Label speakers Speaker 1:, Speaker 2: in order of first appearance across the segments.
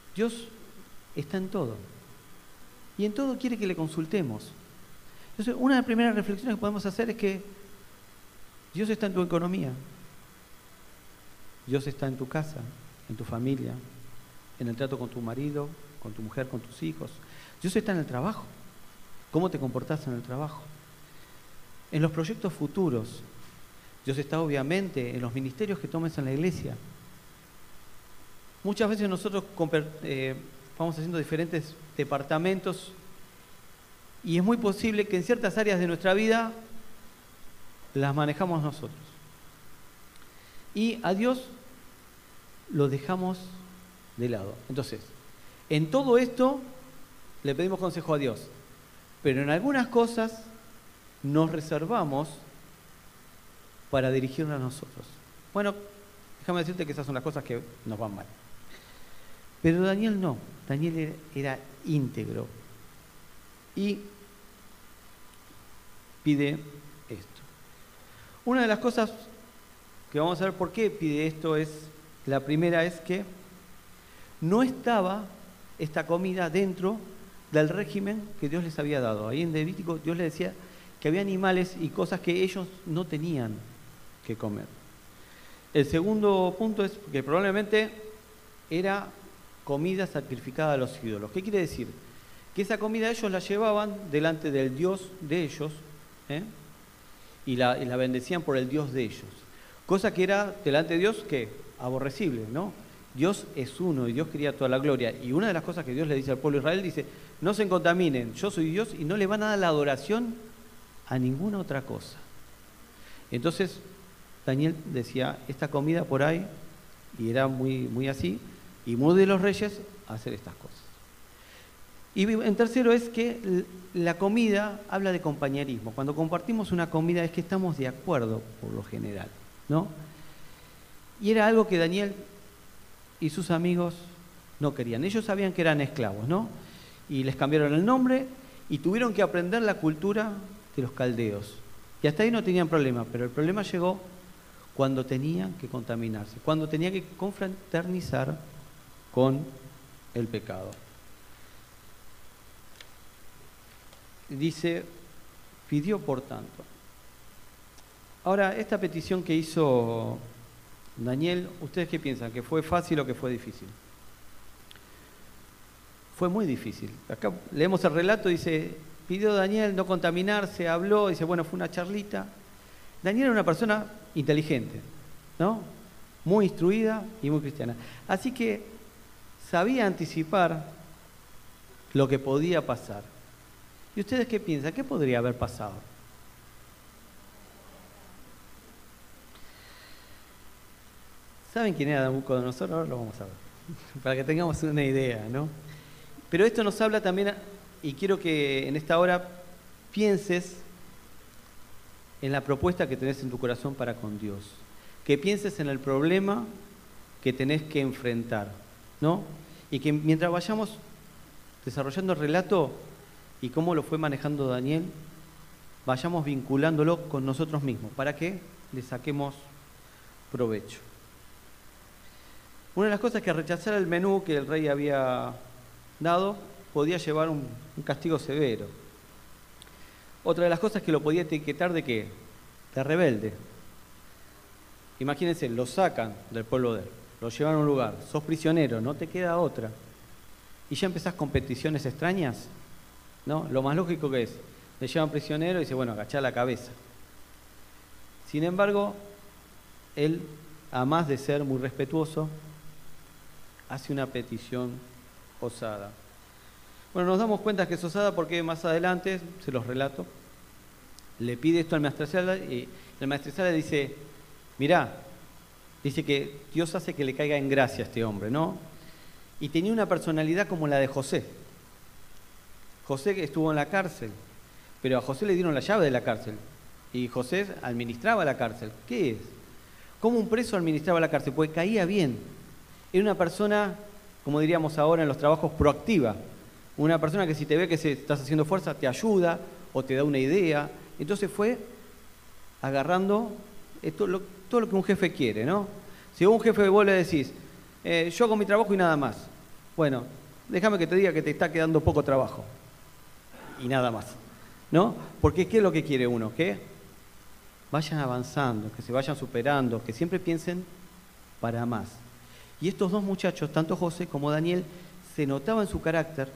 Speaker 1: Dios está en todo. Y en todo quiere que le consultemos. Entonces, una de las primeras reflexiones que podemos hacer es que Dios está en tu economía. Dios está en tu casa, en tu familia, en el trato con tu marido, con tu mujer, con tus hijos. Dios está en el trabajo. ¿Cómo te comportás en el trabajo? En los proyectos futuros. Dios está obviamente en los ministerios que tomes en la iglesia. Muchas veces nosotros vamos haciendo diferentes departamentos y es muy posible que en ciertas áreas de nuestra vida las manejamos nosotros. Y a Dios lo dejamos de lado. Entonces, en todo esto le pedimos consejo a Dios, pero en algunas cosas nos reservamos para dirigirnos a nosotros. Bueno, déjame decirte que esas son las cosas que nos van mal. Pero Daniel no, Daniel era íntegro y pide esto. Una de las cosas que vamos a ver por qué pide esto es, la primera es que no estaba esta comida dentro del régimen que Dios les había dado. Ahí en Levítico Dios les decía que había animales y cosas que ellos no tenían que comer. El segundo punto es que probablemente era comida sacrificada a los ídolos. ¿Qué quiere decir? Que esa comida ellos la llevaban delante del Dios de ellos, y la bendecían por el Dios de ellos. Cosa que era delante de Dios, ¿qué? Aborrecible, ¿no? Dios es uno y Dios quería toda la gloria. Y una de las cosas que Dios le dice al pueblo de Israel, dice, no se contaminen, yo soy Dios y no le van a dar la adoración a ninguna otra cosa. Entonces, Daniel decía, esta comida por ahí, y era muy así, y muy de los reyes a hacer estas cosas. Y en tercero es que la comida habla de compañerismo. Cuando compartimos una comida es que estamos de acuerdo por lo general, ¿no? Y era algo que Daniel y sus amigos no querían. Ellos sabían que eran esclavos, ¿no? Y les cambiaron el nombre y tuvieron que aprender la cultura de los caldeos. Y hasta ahí no tenían problema, pero el problema llegó cuando tenían que contaminarse, cuando tenían que confraternizar con el pecado. Dice, pidió por tanto. Ahora, esta petición que hizo Daniel, ¿ustedes qué piensan? ¿Que fue fácil o que fue difícil? Fue muy difícil. Acá leemos el relato, dice, pidió Daniel no contaminarse, habló, dice, bueno, fue una charlita. Daniel era una persona inteligente, ¿no? Muy instruida y muy cristiana. Así que sabía anticipar lo que podía pasar. ¿Y ustedes qué piensan? ¿Qué podría haber pasado? ¿Saben quién era Nabucodonosor? Ahora lo vamos a ver, para que tengamos una idea, ¿no? Pero esto nos habla también, y quiero que en esta hora pienses en la propuesta que tenés en tu corazón para con Dios, que pienses en el problema que tenés que enfrentar, ¿no? Y que mientras vayamos desarrollando el relato y cómo lo fue manejando Daniel, vayamos vinculándolo con nosotros mismos, para que le saquemos provecho. Una de las cosas que rechazar el menú que el rey había dado podía llevar un castigo severo. Otra de las cosas que lo podía etiquetar de ¿qué? De rebelde. Imagínense, lo sacan del pueblo de él, lo llevan a un lugar, sos prisionero, no te queda otra. Y ya empezás con peticiones extrañas, ¿no? Lo más lógico que es, le llevan prisionero y dice, bueno, agachá la cabeza. Sin embargo, él, a más de ser muy respetuoso, hace una petición osada. Bueno, nos damos cuenta que es osada porque más adelante, se los relato, le pide esto al maestresala y el maestresala dice, mirá, dice que Dios hace que le caiga en gracia a este hombre, ¿no? Y tenía una personalidad como la de José. José estuvo en la cárcel, pero a José le dieron la llave de la cárcel y José administraba la cárcel. ¿Qué es? ¿Cómo un preso administraba la cárcel? Porque caía bien. Era una persona, como diríamos ahora en los trabajos, proactiva. Una persona que si te ve que estás haciendo fuerza, te ayuda o te da una idea. Entonces fue agarrando todo lo que un jefe quiere, ¿no? Si a un jefe vos le decís, yo hago mi trabajo y nada más. bueno, déjame que te diga que te está quedando poco trabajo. Y nada más, ¿no? Porque ¿qué es lo que quiere uno? Que vayan avanzando, que se vayan superando, que siempre piensen para más. Y estos dos muchachos, tanto José como Daniel, se notaba en su carácter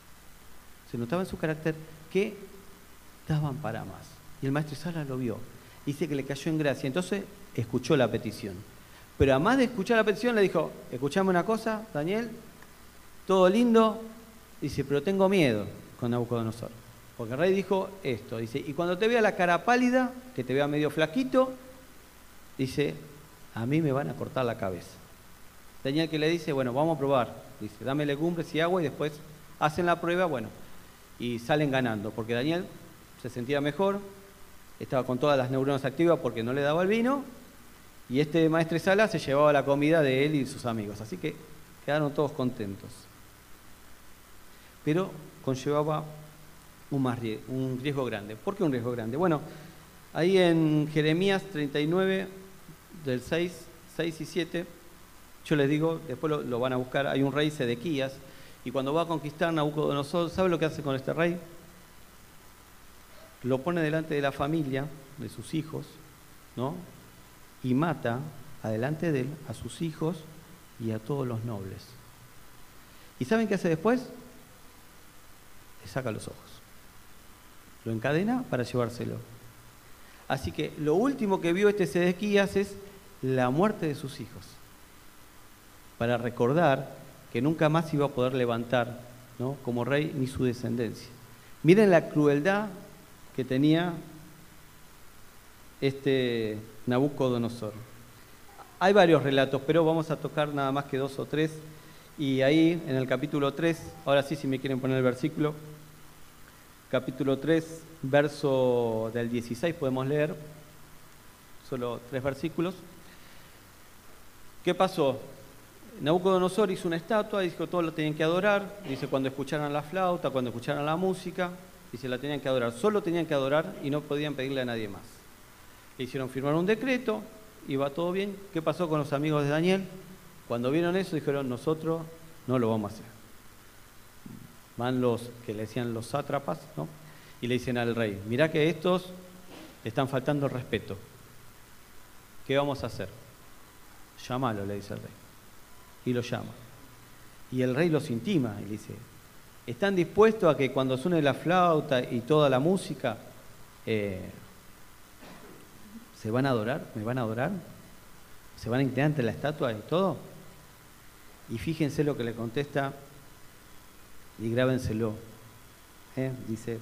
Speaker 1: que daban para más. Y el maestro Sala lo vio. Dice que le cayó en gracia. Entonces escuchó la petición. Pero además de escuchar la petición, le dijo, escuchame una cosa, Daniel, todo lindo. Dice, pero tengo miedo con Nabucodonosor. Porque el rey dijo esto. Dice, y cuando te vea la cara pálida, que te vea medio flaquito, dice, a mí me van a cortar la cabeza. Daniel que le dice, bueno, vamos a probar. Dice, dame legumbres y agua y después hacen la prueba, bueno, y salen ganando. Porque Daniel se sentía mejor, estaba con todas las neuronas activas porque no le daba el vino, y este maestresala se llevaba la comida de él y sus amigos. Así que quedaron todos contentos. Pero conllevaba un riesgo grande. ¿Por qué un riesgo grande? Bueno, ahí en Jeremías 39, del 6 y 7, yo les digo, después lo van a buscar, hay un rey Sedequías, y cuando va a conquistar Nabucodonosor, ¿sabe lo que hace con este rey? Lo pone delante de la familia, de sus hijos, ¿no? Y mata adelante de él a sus hijos y a todos los nobles. ¿Y saben qué hace después? Le saca los ojos. Lo encadena para llevárselo. Así que lo último que vio este Sedequías es la muerte de sus hijos, para recordar que nunca más iba a poder levantar, ¿no?, como rey ni su descendencia. Miren la crueldad que tenía este Nabucodonosor. Hay varios relatos, pero vamos a tocar nada más que 2 o 3. Y ahí, en el capítulo 3, ahora sí, si me quieren poner el versículo, capítulo 3, verso del 16, podemos leer, solo 3 versículos. ¿Qué pasó? Nabucodonosor hizo una estatua, dijo todos lo tenían que adorar, dice cuando escucharan la flauta, cuando escucharan la música, dice la tenían que adorar, solo tenían que adorar y no podían pedirle a nadie más. Le hicieron firmar un decreto, iba todo bien. ¿Qué pasó con los amigos de Daniel? Cuando vieron eso dijeron, nosotros no lo vamos a hacer. Van los que le decían los sátrapas, ¿no?, y le dicen al rey, mirá que estos le están faltando el respeto. ¿Qué vamos a hacer? Llámalo, le dice el rey. Y lo llama. Y el rey los intima y le dice, ¿están dispuestos a que cuando suene la flauta y toda la música se van a adorar? ¿Me van a adorar? ¿Se van a inclinar ante la estatua y todo? Y fíjense lo que le contesta y grábenselo. Dice,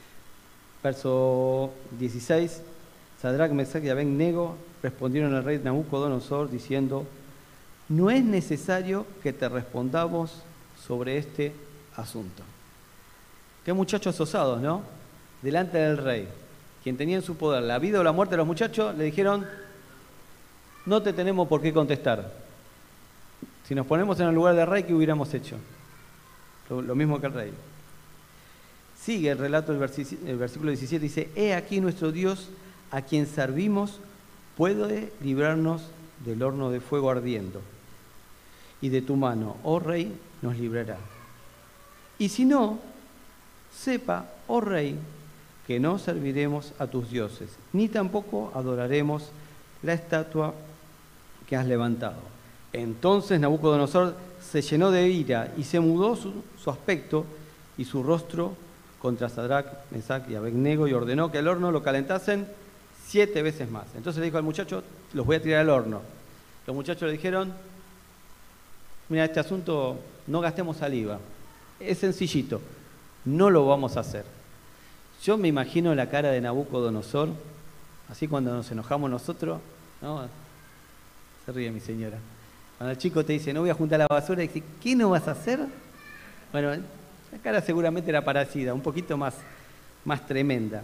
Speaker 1: verso 16, Sadrac, Mesach y Abed-Nego respondieron al rey Nabucodonosor diciendo, no es necesario que te respondamos sobre este asunto. Qué muchachos osados, ¿no? Delante del rey, quien tenía en su poder la vida o la muerte de los muchachos, le dijeron, no te tenemos por qué contestar. Si nos ponemos en el lugar del rey, ¿qué hubiéramos hecho? Lo mismo que el rey. Sigue el relato del versículo 17, dice, he aquí nuestro Dios, a quien servimos, puede librarnos del horno de fuego ardiendo, y de tu mano, oh rey, nos librará. Y si no, sepa, oh rey, que no serviremos a tus dioses, ni tampoco adoraremos la estatua que has levantado. Entonces Nabucodonosor se llenó de ira y se mudó su aspecto y su rostro contra Sadrac, Mesach y Abed-Nego y ordenó que el horno lo calentasen 7 veces más. Entonces le dijo al muchacho, los voy a tirar al horno. Los muchachos le dijeron, mira, este asunto no gastemos saliva, es sencillito, no lo vamos a hacer. Yo me imagino la cara de Nabucodonosor, así cuando nos enojamos nosotros, ¿no? Se ríe mi señora. Cuando el chico te dice, no voy a juntar la basura, y dice, ¿qué no vas a hacer? Bueno, la cara seguramente era parecida, un poquito más tremenda.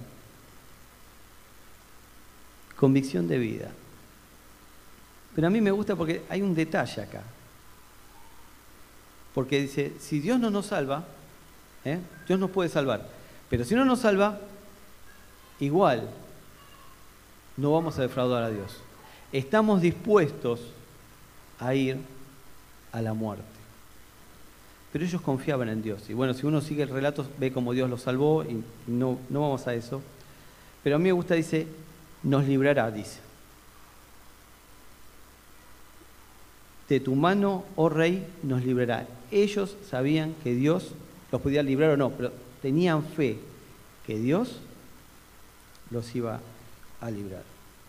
Speaker 1: Convicción de vida. Pero a mí me gusta porque hay un detalle acá. Porque dice, si Dios no nos salva, Dios nos puede salvar. Pero si no nos salva, igual no vamos a defraudar a Dios. Estamos dispuestos a ir a la muerte. pero ellos confiaban en Dios. Y bueno, si uno sigue el relato, ve cómo Dios los salvó y no vamos a eso. Pero a mí me gusta, dice, nos librará, dice. De tu mano, oh rey, nos librará. Ellos sabían que Dios los podía librar o no, pero tenían fe que Dios los iba a librar.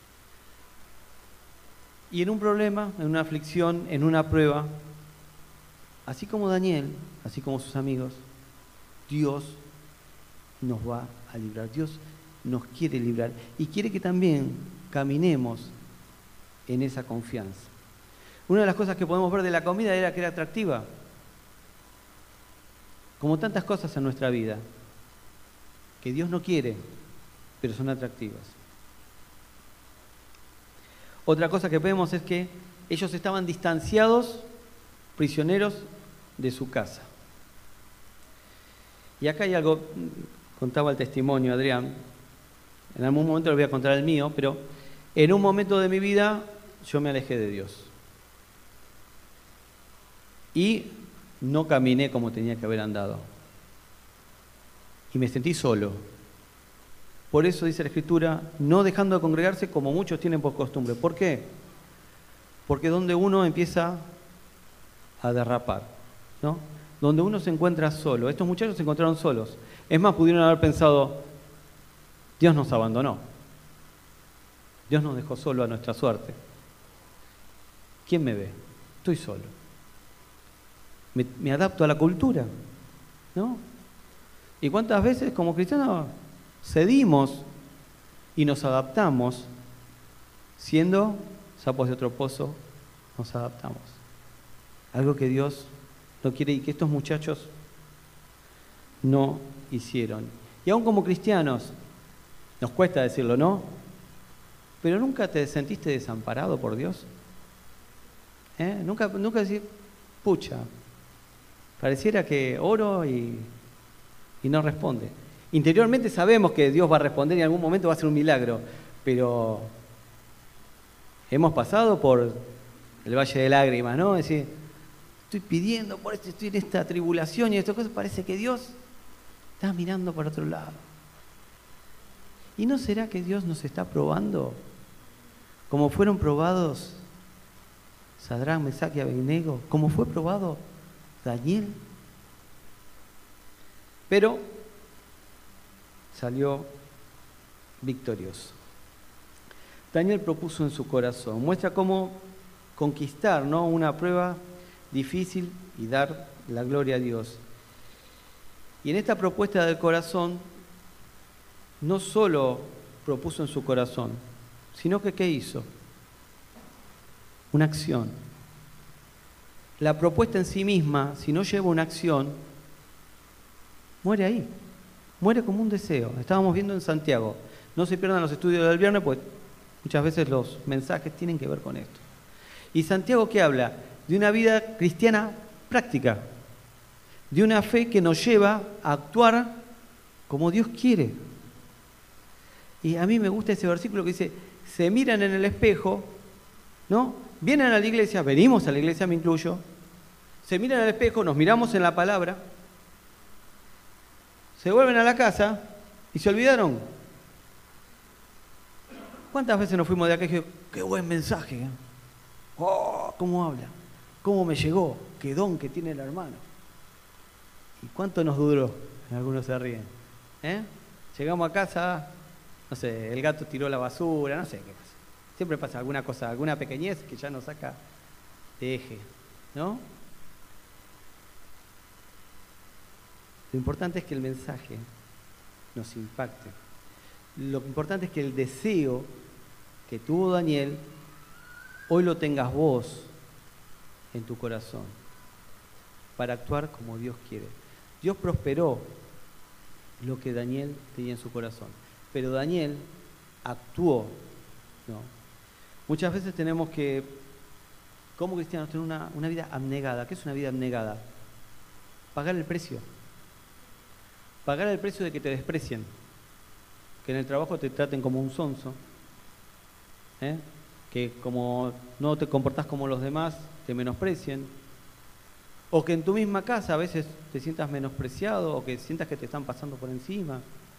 Speaker 1: Y en un problema, en una aflicción, en una prueba, así como Daniel, así como sus amigos, Dios nos va a librar. Dios nos quiere librar y quiere que también caminemos en esa confianza. Una de las cosas que podemos ver de la comida era que era atractiva, como tantas cosas en nuestra vida, que Dios no quiere, pero son atractivas. Otra cosa que vemos es que ellos estaban distanciados, prisioneros de su casa. Y acá hay algo, contaba el testimonio Adrián, en algún momento le voy a contar el mío, pero en un momento de mi vida yo me alejé de Dios. Y no caminé como tenía que haber andado. Y me sentí solo. Por eso dice la Escritura, no dejando de congregarse como muchos tienen por costumbre. ¿Por qué? Porque donde uno empieza a derrapar, ¿no? Donde uno se encuentra solo. Estos muchachos se encontraron solos. Es más, pudieron haber pensado, Dios nos abandonó. Dios nos dejó solo a nuestra suerte. ¿Quién me ve? Estoy solo. Me adapto a la cultura, ¿no? ¿Y cuántas veces como cristianos cedimos y nos adaptamos, siendo sapos de otro pozo, nos adaptamos? Algo que Dios no quiere y que estos muchachos no hicieron. Y aún como cristianos, nos cuesta decirlo, ¿no? Pero ¿nunca te sentiste desamparado por Dios? Nunca decir, pucha, pareciera que oro y no responde. Interiormente sabemos que Dios va a responder y en algún momento va a ser un milagro, pero hemos pasado por el valle de lágrimas, ¿no? Es decir, estoy pidiendo por esto, estoy en esta tribulación y estas cosas, parece que Dios está mirando para otro lado. ¿Y no será que Dios nos está probando como fueron probados Sadrach, Mesach y Abednego, como fue probado Daniel? Pero salió victorioso. Daniel propuso en su corazón, muestra cómo conquistar, ¿no?, una prueba difícil y dar la gloria a Dios. Y en esta propuesta del corazón, no solo propuso en su corazón, sino que ¿qué hizo? Una acción. La propuesta en sí misma, si no lleva una acción, muere ahí. Muere como un deseo. Estábamos viendo en Santiago. No se pierdan los estudios del viernes, pues muchas veces los mensajes tienen que ver con esto. Y Santiago, ¿qué habla? De una vida cristiana práctica, de una fe que nos lleva a actuar como Dios quiere. Y a mí me gusta ese versículo que dice, se miran en el espejo, ¿no? Vienen a la iglesia, venimos a la iglesia, me incluyo, se miran al espejo, nos miramos en la palabra, se vuelven a la casa y se olvidaron. ¿Cuántas veces nos fuimos de acá y dije, qué buen mensaje, ¿eh? Oh, cómo habla, cómo me llegó, qué don que tiene el hermano. ¿Y cuánto nos duró? Algunos se ríen. Llegamos a casa, no sé, el gato tiró la basura, no sé qué pasa. Siempre pasa alguna cosa, alguna pequeñez que ya nos saca de eje, ¿no? Lo importante es que el mensaje nos impacte. Lo importante es que el deseo que tuvo Daniel, hoy lo tengas vos en tu corazón, para actuar como Dios quiere. Dios prosperó lo que Daniel tenía en su corazón, pero Daniel actuó, ¿no? Muchas veces tenemos que, como cristianos, tener una vida abnegada. ¿Qué es una vida abnegada? Pagar el precio. Pagar el precio de que te desprecien, que en el trabajo te traten como un sonso, que como no te comportás como los demás, te menosprecien, O que en tu misma casa a veces te sientas menospreciado o que sientas que te están pasando por encima.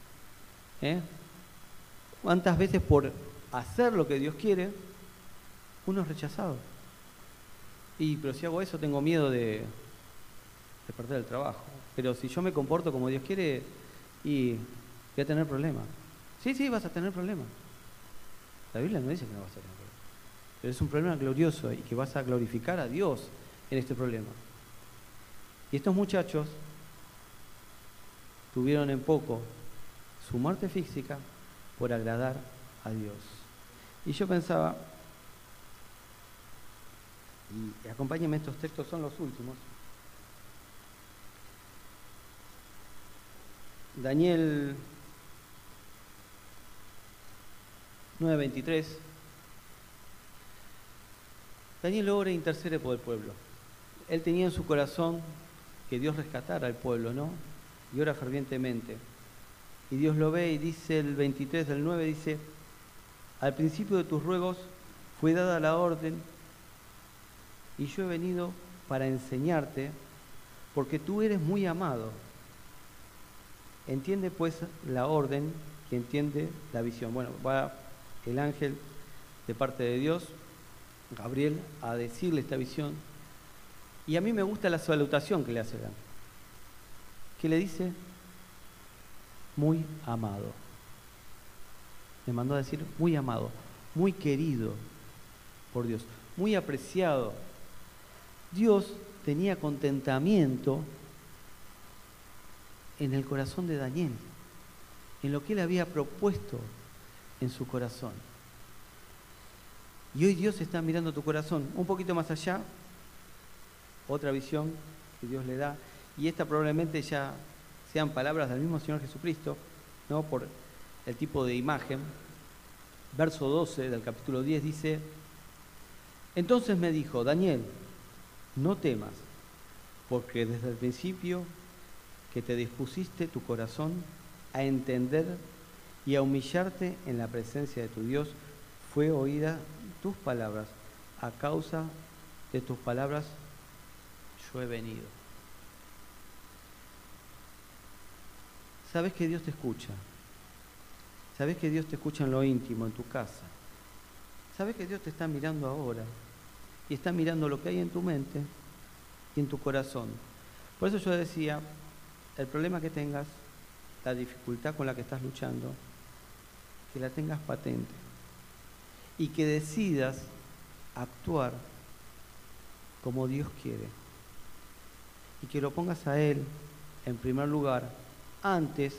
Speaker 1: ¿Cuántas veces por hacer lo que Dios quiere, uno es rechazado? Pero si hago eso tengo miedo de perder el trabajo. Pero si yo me comporto como Dios quiere, y voy a tener problemas. Sí, vas a tener problemas. La Biblia no dice que no vas a tener problemas. Pero es un problema glorioso y que vas a glorificar a Dios en este problema. Y estos muchachos tuvieron en poco su muerte física por agradar a Dios. Y yo pensaba, y acompáñenme, estos textos son los últimos. Daniel 9:23. Daniel ora e intercede por el pueblo. Él tenía en su corazón que Dios rescatara al pueblo, ¿no? Y ora fervientemente. Y Dios lo ve y dice el 23 del 9, dice: al principio de tus ruegos fue dada la orden y yo he venido para enseñarte porque tú eres muy amado. Entiende pues la orden que entiende la visión. Bueno, va el ángel de parte de Dios, Gabriel, a decirle esta visión. Y a mí me gusta la salutación que le hace el ángel, que le dice: muy amado. Le mandó a decir muy amado, muy querido por Dios, muy apreciado. Dios tenía contentamiento en el corazón de Daniel, en lo que él había propuesto en su corazón. Y hoy Dios está mirando tu corazón un poquito más allá, otra visión que Dios le da, y esta probablemente ya sean palabras del mismo Señor Jesucristo, ¿no? Por el tipo de imagen. Verso 12 del capítulo 10 dice: entonces me dijo, Daniel, no temas, porque desde el principio que te dispusiste tu corazón a entender y a humillarte en la presencia de tu Dios, fue oída tus palabras. A causa de tus palabras yo he venido. Sabes que Dios te escucha. Sabes que Dios te escucha en lo íntimo, en tu casa. Sabes que Dios te está mirando ahora y está mirando lo que hay en tu mente y en tu corazón. Por eso yo decía, el problema que tengas, la dificultad con la que estás luchando, que la tengas patente y que decidas actuar como Dios quiere y que lo pongas a Él en primer lugar antes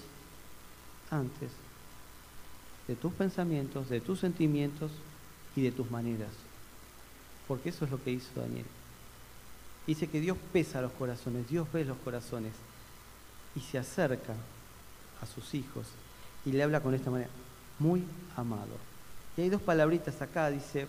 Speaker 1: de tus pensamientos, de tus sentimientos y de tus maneras, porque eso es lo que hizo Daniel. Dice que Dios pesa los corazones, Dios ve los corazones y se acerca a sus hijos y le habla con esta manera: muy amado. Y hay dos palabritas acá, dice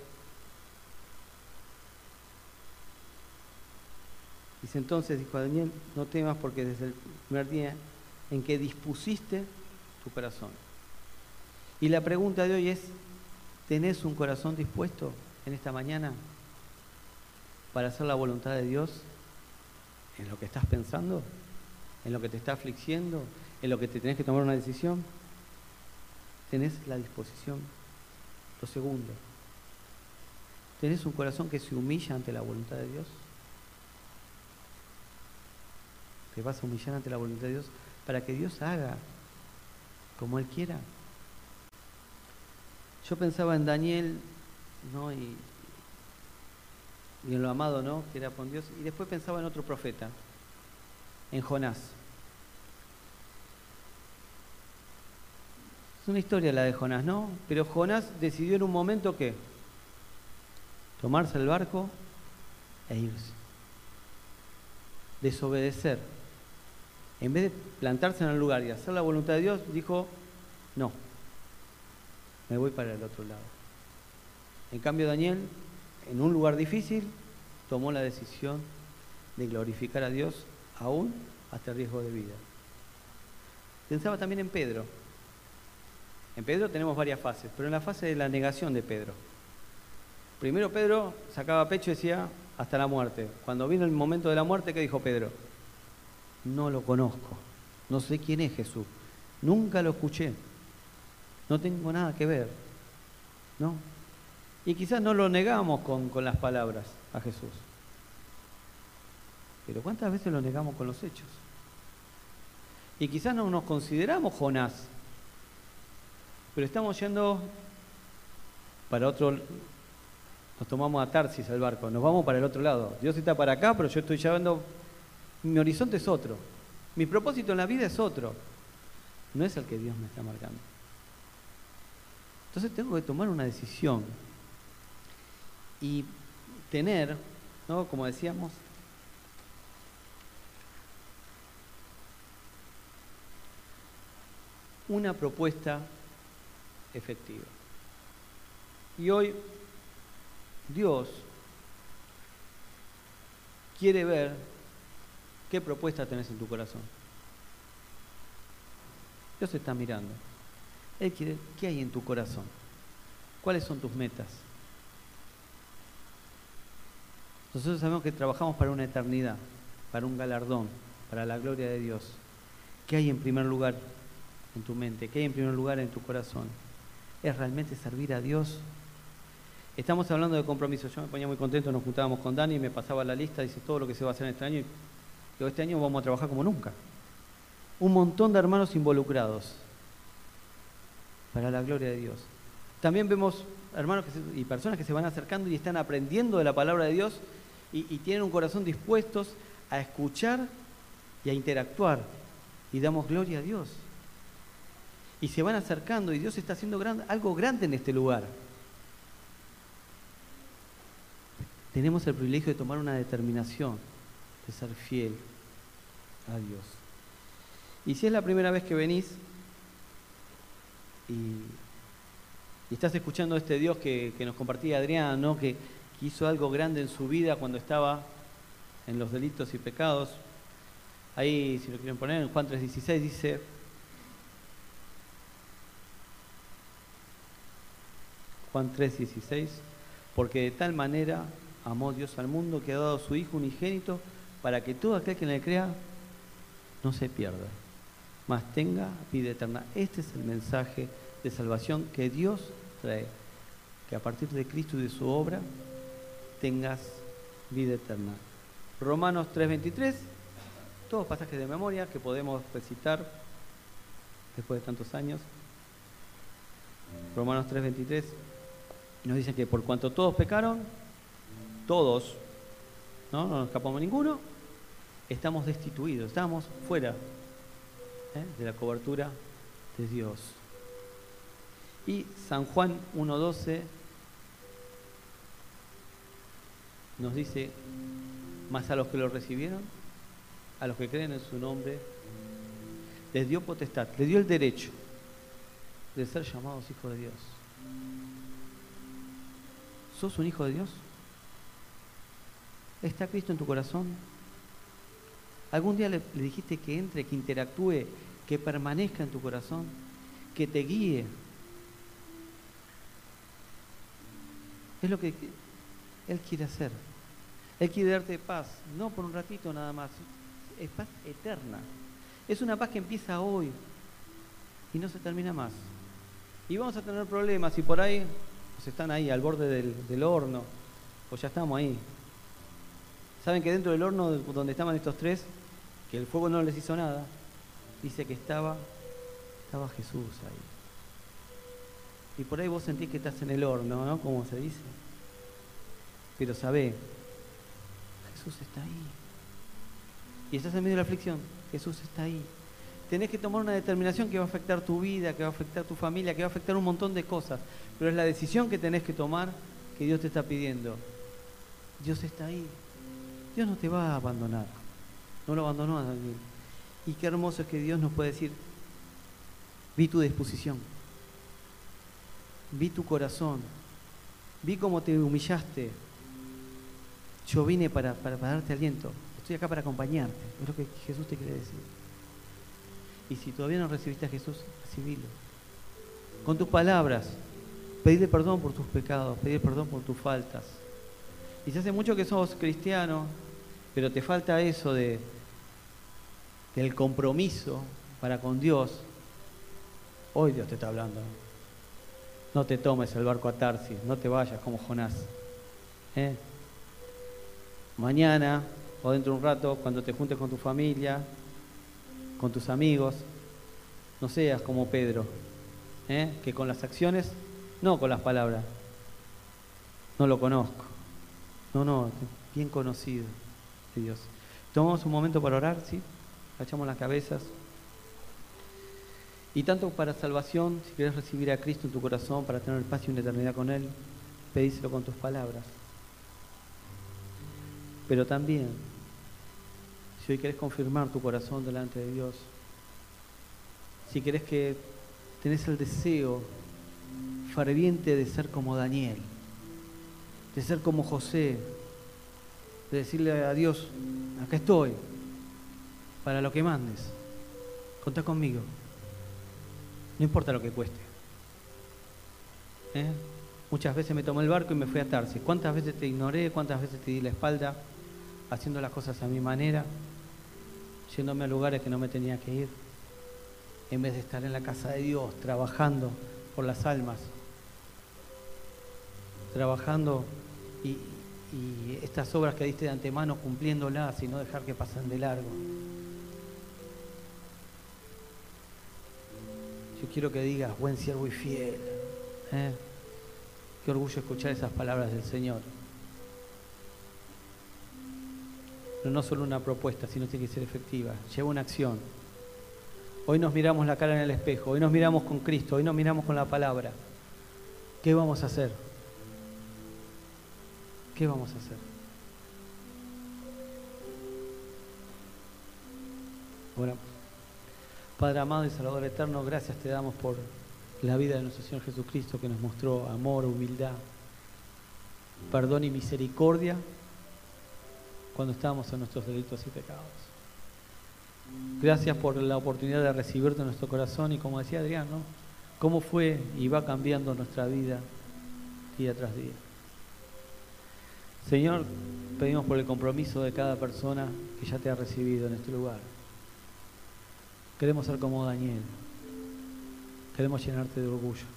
Speaker 1: entonces dijo a Daniel, no temas, porque desde el primer día en que dispusiste tu corazón. Y la pregunta de hoy es: ¿tenés un corazón dispuesto en esta mañana para hacer la voluntad de Dios en lo que estás pensando, en lo que te está afligiendo, en lo que te tenés que tomar una decisión? ¿Tenés la disposición? Lo segundo, ¿tenés un corazón que se humilla ante la voluntad de Dios? ¿Te vas a humillar ante la voluntad de Dios para que Dios haga como Él quiera? Yo pensaba en Daniel, ¿no? y en lo amado, ¿no?, que era con Dios, y después pensaba en otro profeta, en Jonás. Es una historia la de Jonás, ¿no? Pero Jonás decidió en un momento que tomarse el barco e irse. Desobedecer. En vez de plantarse en el lugar y hacer la voluntad de Dios, dijo: no, me voy para el otro lado. En cambio, Daniel, en un lugar difícil, tomó la decisión de glorificar a Dios, aún hasta el riesgo de vida. Pensaba también en Pedro. En Pedro tenemos varias fases, pero en la fase de la negación de Pedro. Primero Pedro sacaba pecho y decía: hasta la muerte. Cuando vino el momento de la muerte, ¿qué dijo Pedro? No lo conozco, no sé quién es Jesús, nunca lo escuché, no tengo nada que ver, ¿no? Y quizás no lo negamos con las palabras a Jesús, pero ¿cuántas veces lo negamos con los hechos? Y quizás no nos consideramos Jonás, pero estamos yendo para otro, nos tomamos a Tarsis el barco, nos vamos para el otro lado. Dios está para acá, pero yo estoy llevando, mi horizonte es otro, mi propósito en la vida es otro, no es el que Dios me está marcando. Entonces tengo que tomar una decisión y tener, ¿no? Como decíamos, una propuesta efectiva. Y hoy Dios quiere ver qué propuesta tenés en tu corazón. Dios está mirando. Él quiere, ¿qué hay en tu corazón? ¿Cuáles son tus metas? Nosotros sabemos que trabajamos para una eternidad, para un galardón, para la gloria de Dios. ¿Qué hay en primer lugar en tu mente? ¿Qué hay en primer lugar en tu corazón? ¿Es realmente servir a Dios? Estamos hablando de compromiso. Yo me ponía muy contento, nos juntábamos con Dani y me pasaba la lista, dice todo lo que se va a hacer en este año. Y digo, este año vamos a trabajar como nunca. Un montón de hermanos involucrados para la gloria de Dios. También vemos hermanos y personas que se van acercando y están aprendiendo de la palabra de Dios y tienen un corazón dispuestos a escuchar y a interactuar. Y damos gloria a Dios. Y se van acercando y Dios está haciendo algo grande en este lugar. Tenemos el privilegio de tomar una determinación, de ser fiel a Dios. Y si es la primera vez que venís y estás escuchando a este Dios que nos compartía Adrián, ¿no? que hizo algo grande en su vida cuando estaba en los delitos y pecados. Ahí, si lo quieren poner, en Juan 3:16 dice: Juan 3:16, porque de tal manera amó Dios al mundo que ha dado a su Hijo unigénito para que todo aquel que en él crea no se pierda, mas tenga vida eterna. Este es el mensaje de salvación que Dios trae, que a partir de Cristo y de su obra tengas vida eterna. Romanos 3:23, todos pasajes de memoria que podemos recitar después de tantos años. Romanos 3:23 nos dice que por cuanto todos pecaron, todos, no nos escapamos ninguno, estamos destituidos, estamos fuera de la cobertura de Dios. Y San Juan 1:12 nos dice: mas a los que lo recibieron, a los que creen en su nombre, les dio potestad, les dio el derecho de ser llamados hijos de Dios. ¿Sos un hijo de Dios? ¿Está Cristo en tu corazón? ¿Algún día le dijiste que entre, que interactúe, que permanezca en tu corazón, que te guíe? Es lo que Él quiere hacer. Él quiere darte paz, no por un ratito nada más, es paz eterna. Es una paz que empieza hoy y no se termina más. Y vamos a tener problemas y por ahí pues están ahí al borde del horno, pues ya estamos ahí. ¿Saben que dentro del horno donde estaban estos tres, que el fuego no les hizo nada, dice que estaba Jesús ahí? Y por ahí vos sentís que estás en el horno, ¿no? Como se dice. Pero sabé, Jesús está ahí. Y estás en medio de la aflicción, Jesús está ahí. Tenés que tomar una determinación que va a afectar tu vida, que va a afectar tu familia, que va a afectar un montón de cosas. Pero es la decisión que tenés que tomar que Dios te está pidiendo. Dios está ahí. Dios no te va a abandonar. No lo abandonó a Daniel. Y qué hermoso es que Dios nos puede decir: vi tu disposición, vi tu corazón, vi cómo te humillaste. Yo vine para darte aliento. Estoy acá para acompañarte. Es lo que Jesús te quiere decir. Y si todavía no recibiste a Jesús, recibilo. Con tus palabras, pedirle perdón por tus pecados, pedir perdón por tus faltas. Y si hace mucho que sos cristiano, pero te falta eso del compromiso para con Dios, hoy Dios te está hablando. No te tomes el barco a Tarsis, no te vayas como Jonás. Mañana o dentro de un rato, cuando te juntes con tu familia, con tus amigos, no seas como Pedro, que con las acciones, no con las palabras. No lo conozco. No, bien conocido de Dios. Tomamos un momento para orar, ¿sí? Agachamos las cabezas. Y tanto para salvación, si querés recibir a Cristo en tu corazón, para tener paz y una eternidad con Él, pedíselo con tus palabras. Pero también, si hoy querés confirmar tu corazón delante de Dios, si querés que tenés el deseo ferviente de ser como Daniel, de ser como José, de decirle a Dios, acá estoy, para lo que mandes, contá conmigo, no importa lo que cueste. Muchas veces me tomé el barco y me fui a Tarsis. ¿Cuántas veces te ignoré? ¿Cuántas veces te di la espalda? Haciendo las cosas a mi manera, yéndome a lugares que no me tenía que ir, en vez de estar en la casa de Dios, trabajando por las almas, trabajando y estas obras que diste de antemano, cumpliéndolas y no dejar que pasen de largo. Yo quiero que digas, buen siervo y fiel. Qué orgullo escuchar esas palabras del Señor. Pero no solo una propuesta, sino tiene que ser efectiva. Lleva una acción. Hoy nos miramos la cara en el espejo, hoy nos miramos con Cristo, hoy nos miramos con la palabra. ¿Qué vamos a hacer? ¿Qué vamos a hacer? Oramos. Padre amado y Salvador eterno, gracias te damos por la vida de nuestro Señor Jesucristo, que nos mostró amor, humildad, perdón y misericordia cuando estábamos en nuestros delitos y pecados. Gracias por la oportunidad de recibirte en nuestro corazón y, como decía Adrián, ¿no? Cómo fue y va cambiando nuestra vida día tras día. Señor, pedimos por el compromiso de cada persona que ya te ha recibido en este lugar. Queremos ser como Daniel. Queremos llenarte de orgullo.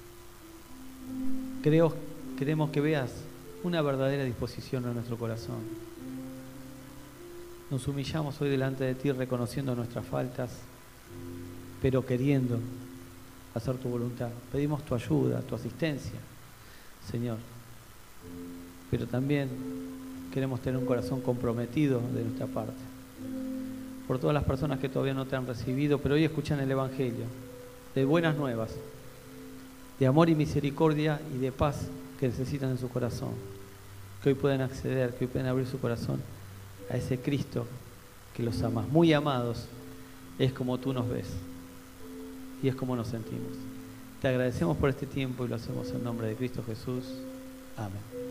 Speaker 1: Queremos que veas una verdadera disposición en nuestro corazón. Nos humillamos hoy delante de ti reconociendo nuestras faltas, pero queriendo hacer tu voluntad. Pedimos tu ayuda, tu asistencia, Señor. Pero también queremos tener un corazón comprometido de nuestra parte. Por todas las personas que todavía no te han recibido, pero hoy escuchan el Evangelio, de buenas nuevas, de amor y misericordia y de paz que necesitan en su corazón. Que hoy pueden acceder, que hoy pueden abrir su corazón a ese Cristo que los amas. Muy amados, es como tú nos ves y es como nos sentimos. Te agradecemos por este tiempo y lo hacemos en nombre de Cristo Jesús. Amén.